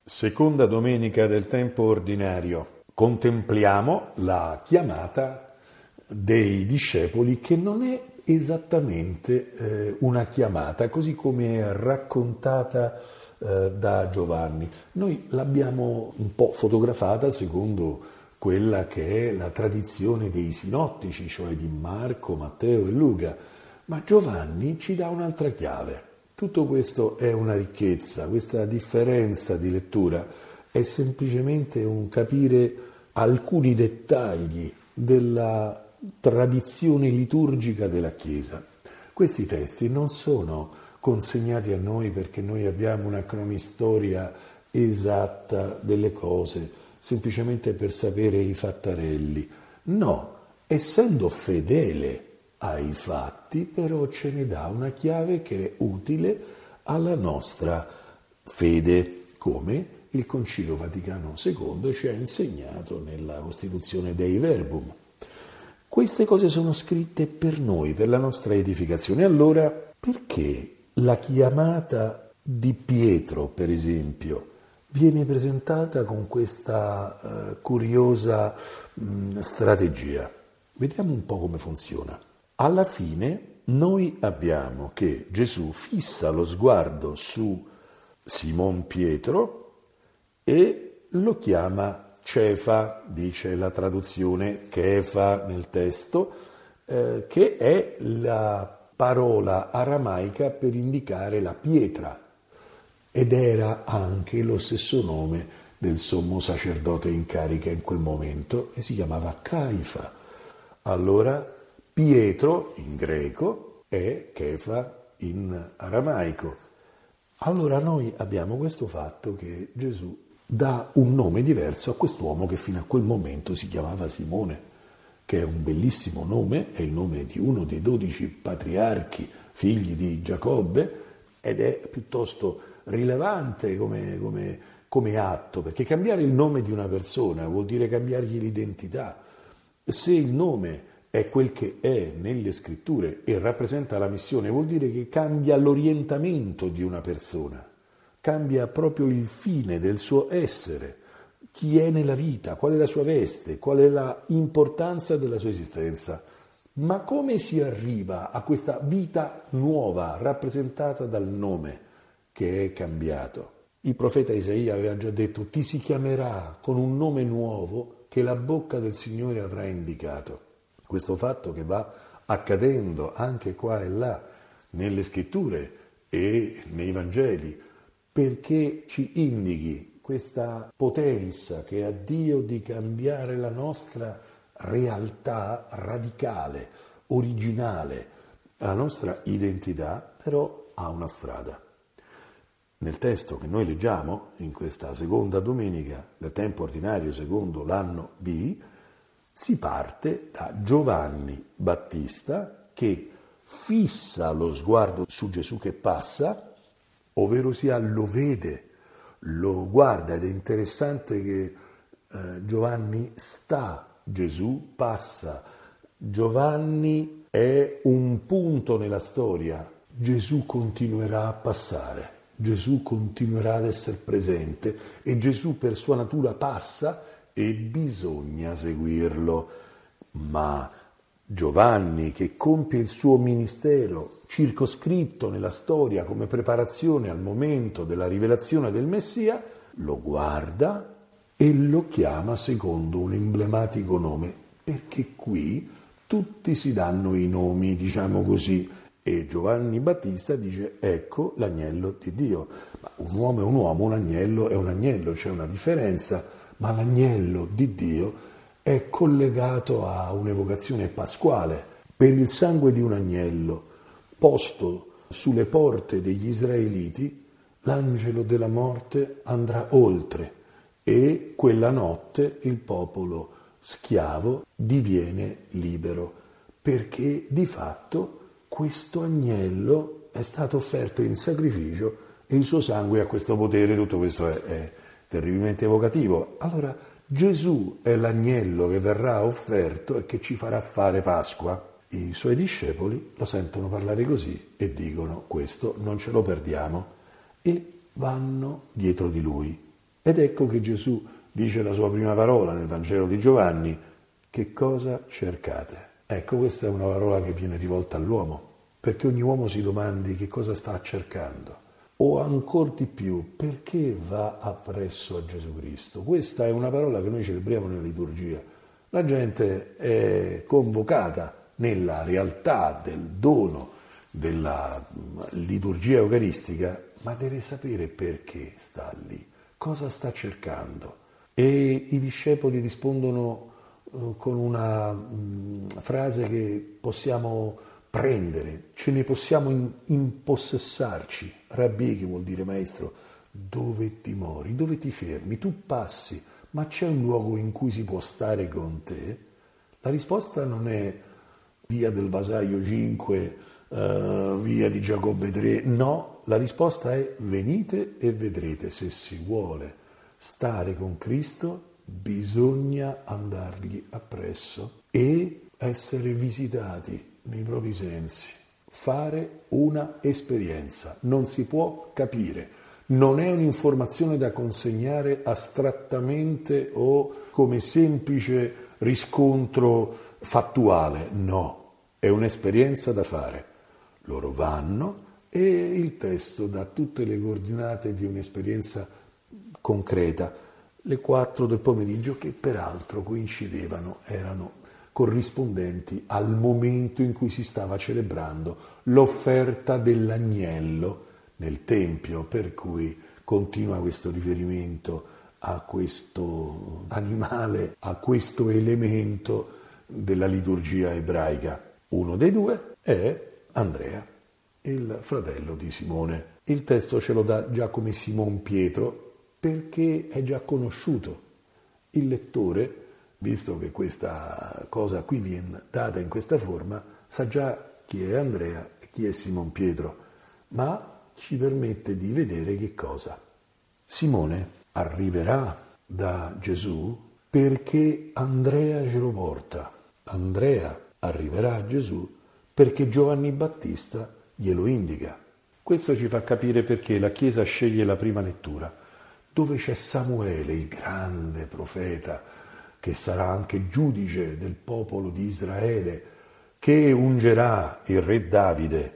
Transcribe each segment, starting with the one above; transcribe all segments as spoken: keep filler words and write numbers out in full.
Seconda domenica del tempo ordinario. Contempliamo la chiamata dei discepoli, che non è esattamente eh, una chiamata così come è raccontata eh, da Giovanni. Noi l'abbiamo un po' fotografata secondo quella che è la tradizione dei sinottici, cioè di Marco, Matteo e Luca, ma Giovanni ci dà un'altra chiave. Tutto questo è una ricchezza, questa differenza di lettura è semplicemente un capire alcuni dettagli della tradizione liturgica della Chiesa. Questi testi non sono consegnati a noi perché noi abbiamo una cronistoria esatta delle cose, semplicemente per sapere i fattarelli. No, essendo fedele ai fatti, però ce ne dà una chiave che è utile alla nostra fede, come il Concilio Vaticano secondo ci ha insegnato nella Costituzione Dei Verbum. Queste cose sono scritte per noi, per la nostra edificazione. Allora, perché la chiamata di Pietro, per esempio, viene presentata con questa uh, curiosa mh, strategia? Vediamo un po' come funziona. Alla fine noi abbiamo che Gesù fissa lo sguardo su Simon Pietro e lo chiama Cefa, dice la traduzione Chefa nel testo, eh, che è la parola aramaica per indicare la pietra, ed era anche lo stesso nome del sommo sacerdote in carica in quel momento, e si chiamava Caifa. Allora Pietro in greco è Chefa in aramaico. Allora noi abbiamo questo fatto che Gesù dà un nome diverso a quest'uomo che fino a quel momento si chiamava Simone, che è un bellissimo nome, è il nome di uno dei dodici patriarchi, figli di Giacobbe, ed è piuttosto rilevante come, come, come atto, perché cambiare il nome di una persona vuol dire cambiargli l'identità. Se il nome è quel che è nelle scritture e rappresenta la missione, vuol dire che cambia l'orientamento di una persona, cambia proprio il fine del suo essere, chi è nella vita, qual è la sua veste, qual è l'importanza della sua esistenza. Ma come si arriva a questa vita nuova rappresentata dal nome che è cambiato? Il profeta Isaia aveva già detto: ti si chiamerà con un nome nuovo che la bocca del Signore avrà indicato. Questo fatto che va accadendo anche qua e là nelle scritture e nei Vangeli, perché ci indichi questa potenza che ha Dio di cambiare la nostra realtà radicale, originale, la nostra identità, però ha una strada. Nel testo che noi leggiamo in questa seconda domenica del tempo ordinario secondo l'anno B, si parte da Giovanni Battista che fissa lo sguardo su Gesù che passa, ovvero sia lo vede, lo guarda, ed è interessante che eh, Giovanni sta, Gesù passa. Giovanni è un punto nella storia, Gesù continuerà a passare, Gesù continuerà ad essere presente e Gesù per sua natura passa e bisogna seguirlo. Ma Giovanni, che compie il suo ministero circoscritto nella storia come preparazione al momento della rivelazione del Messia, lo guarda e lo chiama secondo un emblematico nome, perché qui tutti si danno i nomi, diciamo così, e Giovanni Battista dice: ecco l'agnello di Dio. Ma un uomo è un uomo, un agnello è un agnello, c'è una differenza, ma l'agnello di Dio è collegato a un'evocazione pasquale. Per il sangue di un agnello posto sulle porte degli israeliti, l'angelo della morte andrà oltre e quella notte il popolo schiavo diviene libero, perché di fatto questo agnello è stato offerto in sacrificio e il suo sangue ha questo potere. Tutto questo è, è terribilmente evocativo. Allora Gesù è l'agnello che verrà offerto e che ci farà fare Pasqua. I suoi discepoli lo sentono parlare così e dicono: questo non ce lo perdiamo, e vanno dietro di lui. Ed ecco che Gesù dice la sua prima parola nel Vangelo di Giovanni: che cosa cercate? Ecco, questa è una parola che viene rivolta all'uomo, perché ogni uomo si domandi che cosa sta cercando, o ancor di più, perché va appresso a Gesù Cristo. Questa è una parola che noi celebriamo nella liturgia. La gente è convocata nella realtà del dono della liturgia eucaristica, ma deve sapere perché sta lì, cosa sta cercando. E i discepoli rispondono con una mh, frase che possiamo prendere, ce ne possiamo in, impossessarci. Rabbi, che vuol dire maestro, dove dimori, dove ti fermi? Tu passi, ma c'è un luogo in cui si può stare con te? La risposta non è via del Vasaio cinque, uh, via di Giacobbe tre, no, la risposta è venite e vedrete. Se si vuole stare con Cristo bisogna andargli appresso e essere visitati nei propri sensi, fare una esperienza. Non si può capire, non è un'informazione da consegnare astrattamente o come semplice riscontro fattuale, no, è un'esperienza da fare. Loro vanno e il testo dà tutte le coordinate di un'esperienza concreta. Le quattro del pomeriggio, che peraltro coincidevano, erano corrispondenti al momento in cui si stava celebrando l'offerta dell'agnello nel Tempio, per cui continua questo riferimento a questo animale, a questo elemento della liturgia ebraica. Uno dei due è Andrea, il fratello di Simone. Il testo ce lo dà già come Simon Pietro, perché è già conosciuto. Il lettore, visto che questa cosa qui viene data in questa forma, sa già chi è Andrea e chi è Simon Pietro, ma ci permette di vedere che cosa. Simone arriverà da Gesù perché Andrea ce lo porta. Andrea arriverà a Gesù perché Giovanni Battista glielo indica. Questo ci fa capire perché la Chiesa sceglie la prima lettura, dove c'è Samuele, il grande profeta, che sarà anche giudice del popolo di Israele, che ungerà il re Davide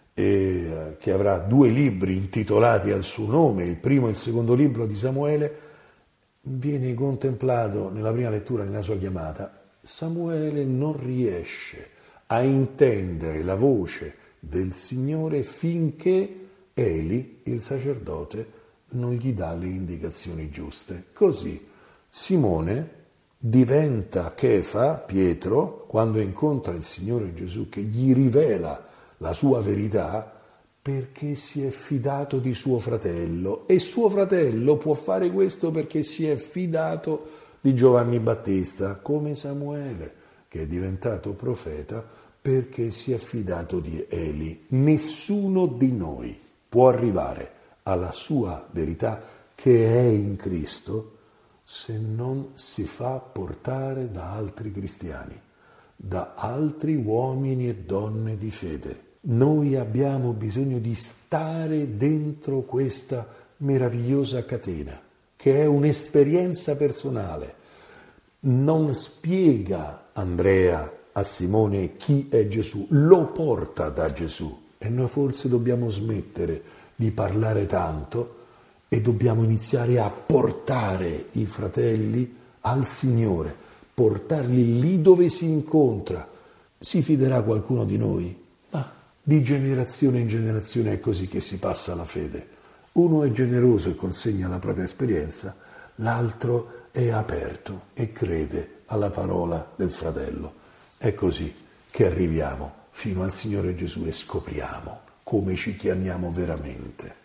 e che avrà due libri intitolati al suo nome, il primo e il secondo libro di Samuele, viene contemplato nella prima lettura, nella sua chiamata. Samuele non riesce a intendere la voce del Signore finché Eli, il sacerdote, non gli dà le indicazioni giuste. Così Simone diventa Chefa, Pietro, quando incontra il Signore Gesù che gli rivela la sua verità, perché si è fidato di suo fratello, e suo fratello può fare questo perché si è fidato di Giovanni Battista, come Samuele, che è diventato profeta perché si è fidato di Eli. Nessuno di noi può arrivare alla sua verità che è in Cristo se non si fa portare da altri cristiani, da altri uomini e donne di fede. Noi abbiamo bisogno di stare dentro questa meravigliosa catena, che è un'esperienza personale. Non spiega Andrea a Simone chi è Gesù, lo porta da Gesù. E noi forse dobbiamo smettere di parlare tanto e dobbiamo iniziare a portare i fratelli al Signore, portarli lì dove si incontra. Si fiderà qualcuno di noi? Ma di generazione in generazione è così che si passa la fede. Uno è generoso e consegna la propria esperienza, l'altro è aperto e crede alla parola del fratello. È così che arriviamo fino al Signore Gesù e scopriamo come ci chiamiamo veramente.